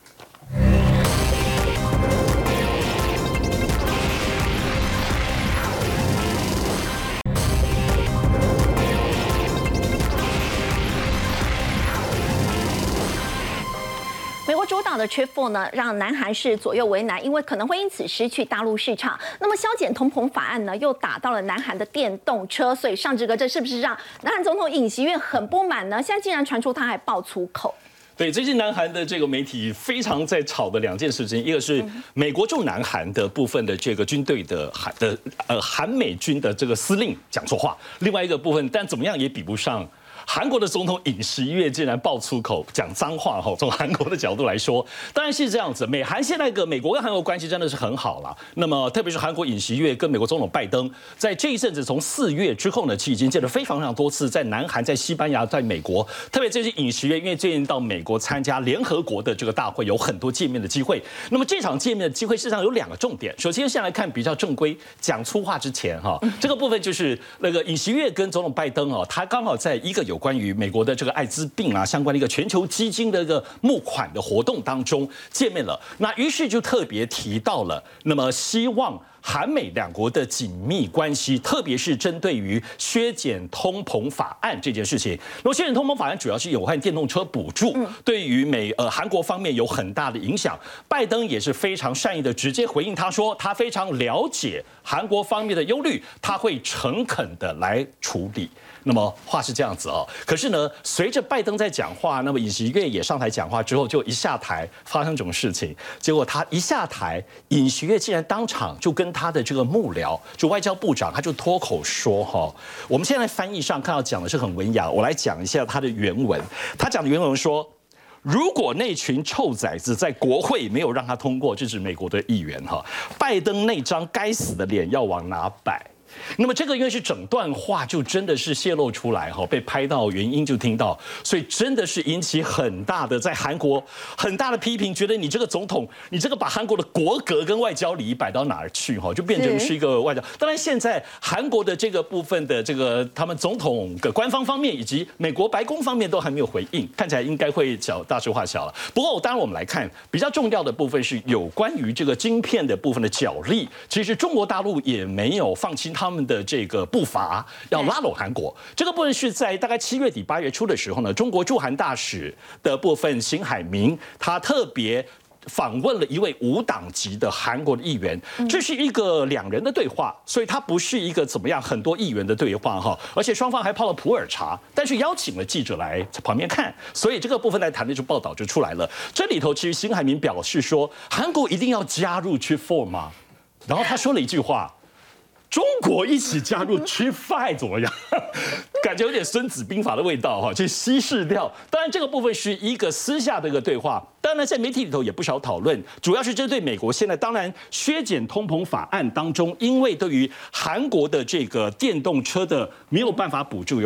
美国主导的 Chip 四 呢，让南韩是左右为难，因为可能会因此失去大陆市场。那么削减通膨法案呢，又打到了南韩的电动车，所以上志哥，这是不是让南韩总统尹锡悦很不满呢？现在竟然传出他还爆粗口。 对，最近南韩的这个媒体非常在吵的两件事情，一个是美国驻南韩的部分的这个军队的韩的呃韩美军的这个司令讲错话，另外一个部分，但怎么样也比不上。韩国的总统尹锡悦竟然爆粗口讲脏话哈，从韩国的角度来说，当然是这样子。美韩现在个美国跟韩国关系真的是很好了。那么特别是韩国尹锡悦跟美国总统拜登，在这一阵子从四月之后呢，其实已经见了非常非常多次，在南韩、在西班牙、在美国，特别这是尹锡悦，因为最近到美国参加联合国的这个大会，有很多见面的机会。那么这场见面的机会，事实上有两个重点。首先先来看比较正规，讲粗话之前哈，这个部分就是那个尹锡悦跟总统拜登哦，他刚好在一个有关于美国的这个艾滋病啊相关的一个全球基金的一个募款的活动当中见面了，那于是就特别提到了，那么希望韩美两国的紧密关系，特别是针对于削减通膨法案这件事情。那么削减通膨法案主要是有关电动车补助，对于美呃韩国方面有很大的影响。拜登也是非常善意的直接回应，他说他非常了解韩国方面的忧虑，他会诚恳的来处理。那么话是这样子哦，可是呢，随着拜登在讲话，那么尹锡悦也上台讲话之后，就一下台发生这种事情，结果他一下台，尹锡悦竟然当场就跟他的这个幕僚，就外交部长，他就脱口说哈，我们现在翻译上看到讲的是很文雅，我来讲一下他的原文，他讲的原文说。如果那群臭崽子在国会没有让他通过，这是美国的议员哈，拜登那张该死的脸要往哪摆？那么这个因为是整段话，就真的是泄露出来哈，被拍到原因就听到，所以真的是引起很大的在韩国很大的批评，觉得你这个总统，你这个把韩国的国格跟外交礼仪摆到哪儿去哈，就变成是一个外交。当然现在韩国的这个部分的这个他们总统的官方方面以及美国白宫方面都还没有回应，看起来应该会小大事化小了。不过当然我们来看比较重要的部分是有关于这个晶片的部分的角力，其实中国大陆也没有放弃他们的这个步伐，要拉拢韩国。这个部分是在大概七月底八月初的时候呢，中国驻韩大使的部分邢海明，他特别访问了一位无党籍的韩国的议员，这是一个两人的对话，所以它不是一个怎么样很多议员的对话哈，而且双方还泡了普洱茶，但是邀请了记者来旁边看，所以这个部分在谈的就报道就出来了。这里头其实邢海明表示说，韩国一定要加入 Chip 四 吗？然后他说了一句话。中国一起加入 Chip 五 怎么样？感觉有点孙子兵法的味道哈，就稀释掉。当然，这个部分是一个私下的一个对话。当然，在媒体里头也不少讨论，主要是针对美国现在当然削减通膨法案当中，因为对于韩国的这个电动车的没有办法补助有。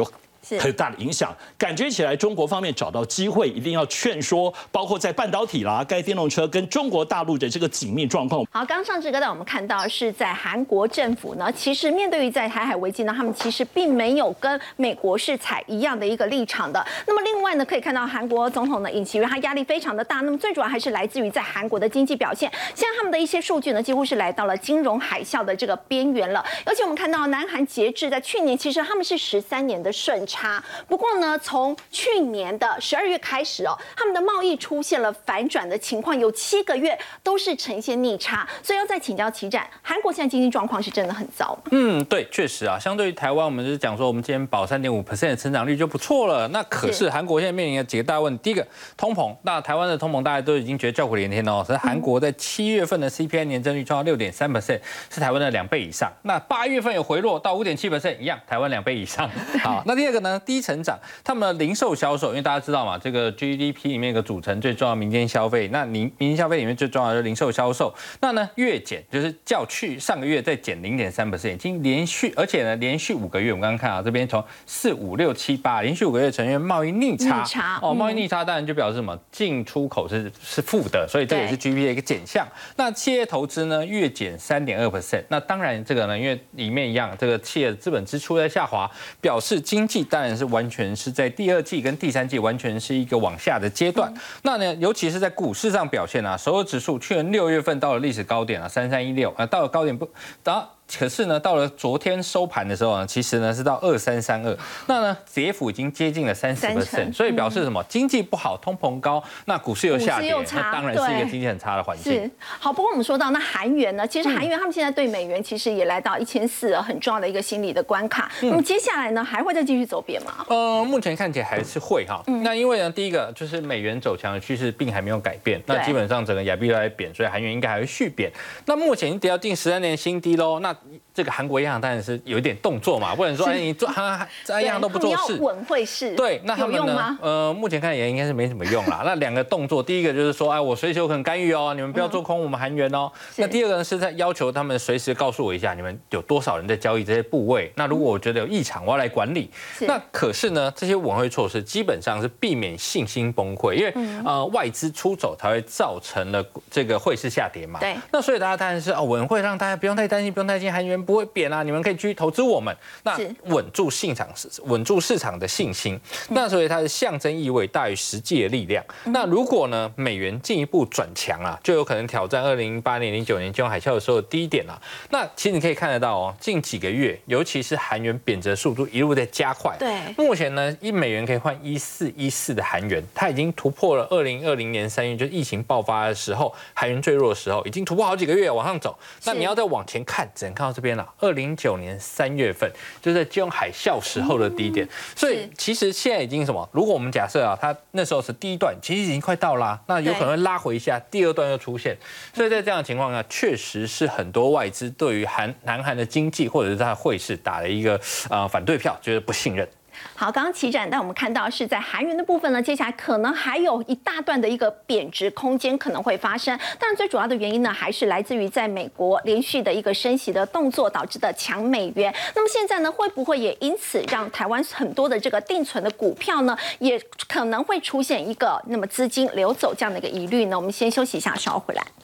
很大的影响。感觉起来，中国方面找到机会，一定要劝说，包括在半导体啦、该电动车跟中国大陆的这个紧密状况。 好，刚上志哥带我们看到是在韩国政府呢，其实面对于在台海危机呢，他们其实并没有跟美国是采一样的一个立场的。那么另外呢，可以看到韩国总统呢尹锡悦他压力非常的大，那么最主要还是来自于在韩国的经济表现。现在他们的一些数据呢，几乎是来到了金融海啸的这个边缘了。而且我们看到南韩截至在去年，其实他们是十三年的顺差。不过呢，从去年的十二月开始哦，他们的贸易出现了反转的情况，有七个月都是呈现逆差。所以要再请教齐展，韩国现在经济状况是真的很糟吗？ 嗯，对，确实啊，相对于台湾，我们就是讲说，我们今天保三点五 percent 的成长率就不错了。那可是韩国现在面临的几个大问题，第一个通膨，那台湾的通膨大家都已经觉得叫苦连天哦，可是韩国在七月份的 C P I 年增率创到六点三 percent， 是台湾的两倍以上。那八月份有回落到五点七 percent， 一样，台湾两倍以上。好，那第二个呢，低成长，他们的零售销售，因为大家知道嘛，这个 G D P 里面有个组成最重要的民间消费，那民民间消费里面最重要的是零售销售。那呢，月减就是较去上个月再减零点三 percent， 已经连续，而且呢连续五个月，我们刚刚看啊，这边从四五六七八连续五个月呈现贸易逆差。 逆差哦，贸易逆差当然就表示什么？进出口是是负的，所以这也是 G D P 的一个减项。那企业投资呢，月减三点二 percent。那当然这个呢，因为里面一样，这个企业的资本支出在下滑，表示经济当然是完全是在第二季跟第三季完全是一个往下的阶段。嗯、那呢，尤其是在股市上表现啊，首尔指数去年六月份到了历史高点啊，三三一六啊，到了高点不，然后。可是呢，到了昨天收盘的时候呢，其实呢是到二三三二，那呢跌幅已经接近了三十 percent， 所以表示什么？经济不好，通膨高，那股市又下跌，那当然是一个经济很差的环境。 是好，不过我们说到那韩元呢，其实韩元他们现在对美元其实也来到一千四，很重要的一个心理的关卡。嗯、那么接下来呢，还会再继续走贬吗？ 呃，目前看起来还是会哈。嗯、那因为呢，第一个就是美元走强的趋势并还没有改变，那基本上整个亚币都在贬，所以韩元应该还会续贬。那目前已经跌到近十三年新低喽。那这个韩国央行当然是有一点动作嘛，不能说哎你做哈央行都不做事， 稳汇市， 对，那他们呢？呃，目前看也应该是没什么用啦。那两个动作，第一个就是说，哎，我随时有可能干预哦，你们不要做空我们韩元哦。那第二个呢是在要求他们随时告诉我一下，你们有多少人在交易这些部位。那如果我觉得有异常，我要来管理。那可是呢，这些稳汇措施基本上是避免信心崩溃，因为呃外资出走才会造成了这个汇市下跌嘛。 对。那所以大家当然是哦稳汇让大家不用太担心，不用太担心韩元不会贬啊，你们可以继续投资我们，那稳住市场，稳住市场的信心。那所以它的象征意味大于实际的力量。那如果呢美元进一步转强啊，就有可能挑战二零零八年、零九年金融海啸的时候的低点啊。那其实你可以看得到哦，近几个月，尤其是韩元贬值速度一路在加快。 对， 目前呢一美元可以换一四一四的韩元，它已经突破了二零二零年三月，就是疫情爆发的时候，韩元最弱的时候，已经突破好几个月往上走。那你要再往前看，只能看到这边了。二零零九年三月份，就是在金融海啸时候的低点，所以其实现在已经什么？如果我们假设啊，它那时候是第一段，其实已经快到啦，那有可能会拉回一下，第二段又出现，所以在这样的情况下，确实是很多外资对于韩南韩的经济或者是它的汇市打了一个呃反对票，就是不信任。 好，刚刚齐展带我们看到是在韩元的部分呢，接下来可能还有一大段的一个贬值空间可能会发生。当然，最主要的原因呢，还是来自于在美国连续的一个升息的动作导致的强美元。那么现在呢，会不会也因此让台湾很多的这个定存的股票呢，也可能会出现一个那么资金流走这样的一个疑虑呢？我们先休息一下，稍后回来。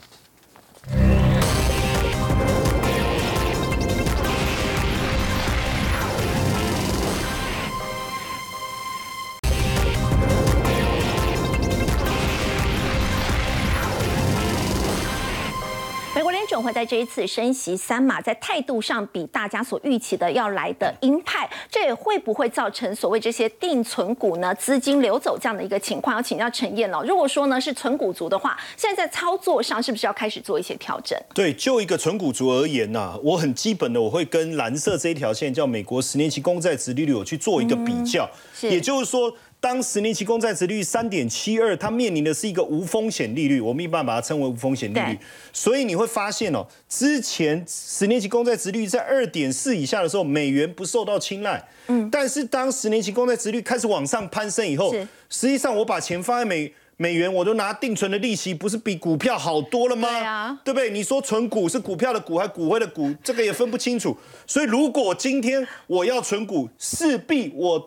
美国联准会在这一次升息三码，在态度上比大家所预期的要来的鹰派，这也会不会造成所谓这些定存股呢资金流走这样的一个情况？要请教陈彦哦。如果说呢是存股族的话，现在在操作上是不是要开始做一些调整？ 对，就一个存股族而言呐、啊，我很基本的我会跟蓝色这一条线叫美国十年期公债殖利率，我去做一个比较，嗯、也就是说。当十年期公债殖利率 三点七二， 它面临的是一个无风险利率，我们一般把它称为无风险利率。所以你会发现哦，之前十年期公债殖利率在 二点四 以下的时候，美元不受到青睐。嗯，但是当十年期公债殖利率开始往上攀升以后，实际上我把钱放在美美元，我都拿定存的利息，不是比股票好多了吗？对啊，对不对？你说存股是股票的股还是股汇的股，这个也分不清楚。所以如果今天我要存股，势必我的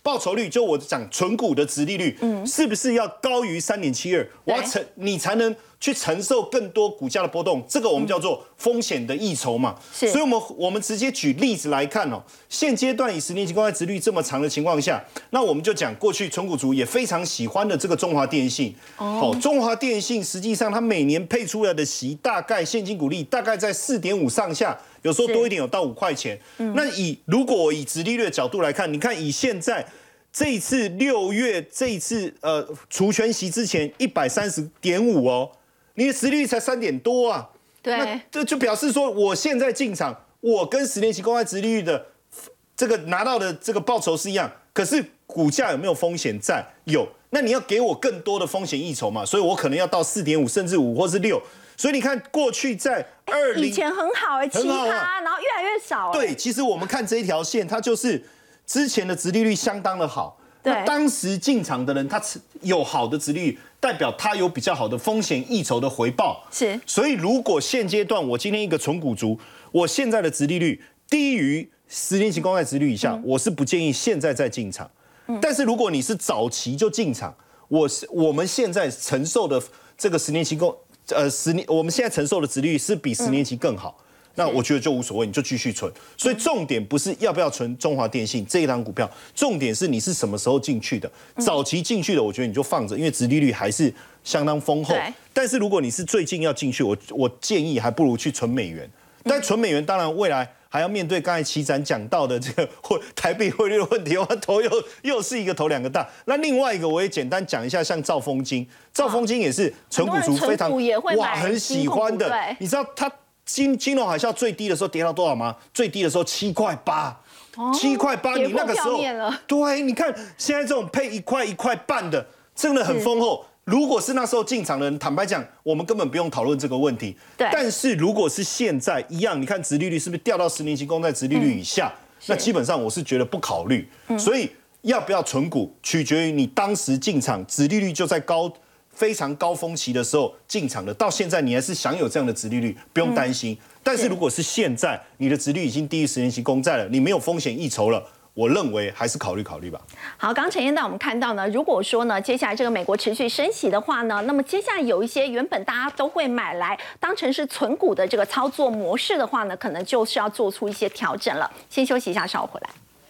报酬率，就我讲纯股的殖利率，嗯，是不是要高于三点七二？我要承你才能去承受更多股价的波动，这个我们叫做风险的溢酬嘛。 是， 所以我们我们直接举例子来看哦，现阶段以十年期公债殖利率这么长的情况下，那我们就讲过去纯股族也非常喜欢的这个中华电信。哦，哦中华电信实际上它每年配出来的息大概现金股利大概在四点五上下。有时候多一点，有到五块钱。那以如果以殖利率的角度来看，你看以现在这一次六月这一次呃除权息之前一百三十点五哦，你的殖利率才三点多啊。 对， 那这就表示说，我现在进场，我跟十年期公债殖利率的这个拿到的这个报酬是一样，可是股价有没有风险在？有。那你要给我更多的风险溢酬嘛，所以我可能要到四点五，甚至五或是六。所以你看，过去在二零以前很好哎、欸，七趴，然后越来越少、欸。 对，其实我们看这一条线，它就是之前的殖利率相当的好。 对， 那当时进场的人，他有好的殖利率，代表他有比较好的风险溢酬的回报。 是。 所以如果现阶段我今天一个纯股族，我现在的殖利率低于十年期公债殖利率以下，嗯、我是不建议现在再进场。嗯、但是如果你是早期就进场，我是我们现在承受的这个十年期公呃，十年我们现在承受的殖利率是比十年期更好，嗯、那我觉得就无所谓，你就继续存。所以重点不是要不要存中华电信这一档股票，重点是你是什么时候进去的。早期进去的，我觉得你就放着，因为殖利率还是相当丰厚。但是如果你是最近要进去，我我建议还不如去存美元。但存美元当然未来还要面对刚才齐展讲到的这个汇台币汇率的问题，我头又又是一个头两个大。那另外一个我也简单讲一下，像兆丰金，兆丰金也是纯股族非常哇很喜欢的。你知道它金金融海啸最低的时候跌到多少吗？最低的时候七块八，七块八，你那个时候对，你看现在这种配一块一块半的，真的很丰厚。如果是那时候进场的人，坦白讲，我们根本不用讨论这个问题。 对。 但是如果是现在一样，你看殖利率是不是掉到十年期公债殖利率以下？嗯、那基本上我是觉得不考虑。嗯、所以要不要存股，取决于你当时进场，殖利率就在高非常高峰期的时候进场的，到现在你还是享有这样的殖利率，不用担心。嗯、但是如果是现在，你的殖利率已经低于十年期公债了，你没有风险溢酬了。我认为还是考虑考虑吧。 好，刚刚陈彦道我们看到呢，如果说呢，接下来这个美国持续升息的话呢，那么接下来有一些原本大家都会买来当成是存股的这个操作模式的话呢，可能就是要做出一些调整了。先休息一下，稍后回来。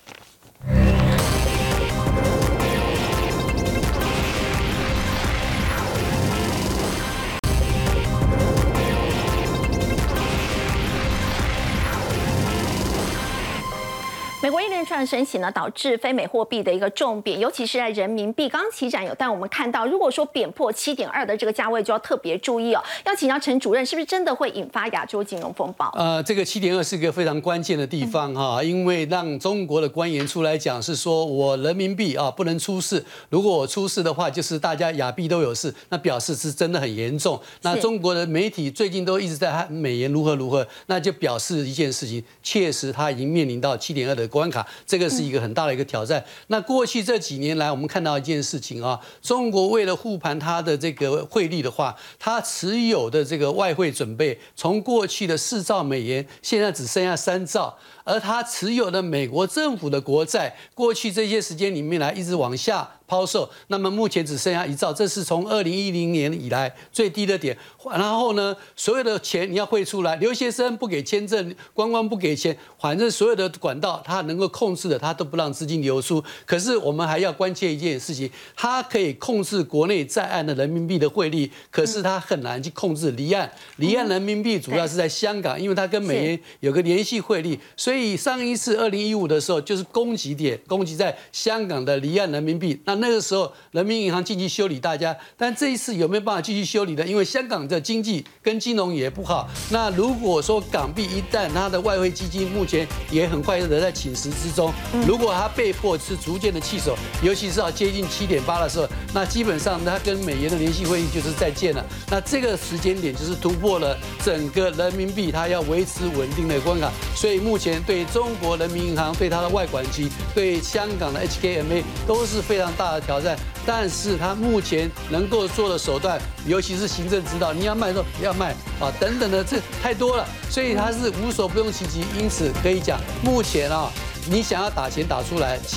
美国一连串的升息呢，导致非美货币的一个重贬，尤其是在人民币。刚刚齐展有带我们看到，如果说贬破七点二的这个价位，就要特别注意哦。要请教陈主任，是不是真的会引发亚洲金融风暴？ 呃，这个七点二是一个非常关键的地方哈，嗯、因为让中国的官员出来讲是说我人民币啊不能出事，如果我出事的话，就是大家亚币都有事，那表示是真的很严重。那中国的媒体最近都一直在喊美元如何如何，那就表示一件事情，确实它已经面临到七点二的关卡，这个是一个很大的一个挑战。嗯、那过去这几年来，我们看到一件事情啊，中国为了护盘它的这个汇率的话，它持有的这个外汇准备从过去的四兆美元，现在只剩下三兆。而它持有的美国政府的国债，过去这些时间里面来一直往下抛售，那么目前只剩下一兆，这是从二零一零年以来最低的点。然后呢，所有的钱你要汇出来，留学生不给签证，观光不给钱，反正所有的管道它能够控制的，它都不让资金流出。可是我们还要关切一件事情，它可以控制国内在岸的人民币的汇率，可是它很难去控制离岸。离岸人民币主要是在香港，因为它跟美元有个联系汇率，所以。所以上一次二零一五的时候，就是攻击点攻击在香港的离岸人民币。那那个时候，人民银行进去修理大家。但这一次有没有办法继续修理呢？因为香港的经济跟金融也不好。那如果说港币一旦它的外汇基金目前也很快的在侵蚀之中，如果它被迫是逐渐的弃守，尤其是要接近七点八的时候，那基本上它跟美元的联系汇率就是再见了。那这个时间点就是突破了整个人民币它要维持稳定的关卡。所以目前对中国人民银行、对它的外管局、对香港的 H K M A 都是非常大的挑战。但是它目前能够做的手段，尤其是行政指导，你要卖的时候不要卖啊，等等的，这太多了，所以它是无所不用其极。因此可以讲，目前啊，你想要打钱打出来。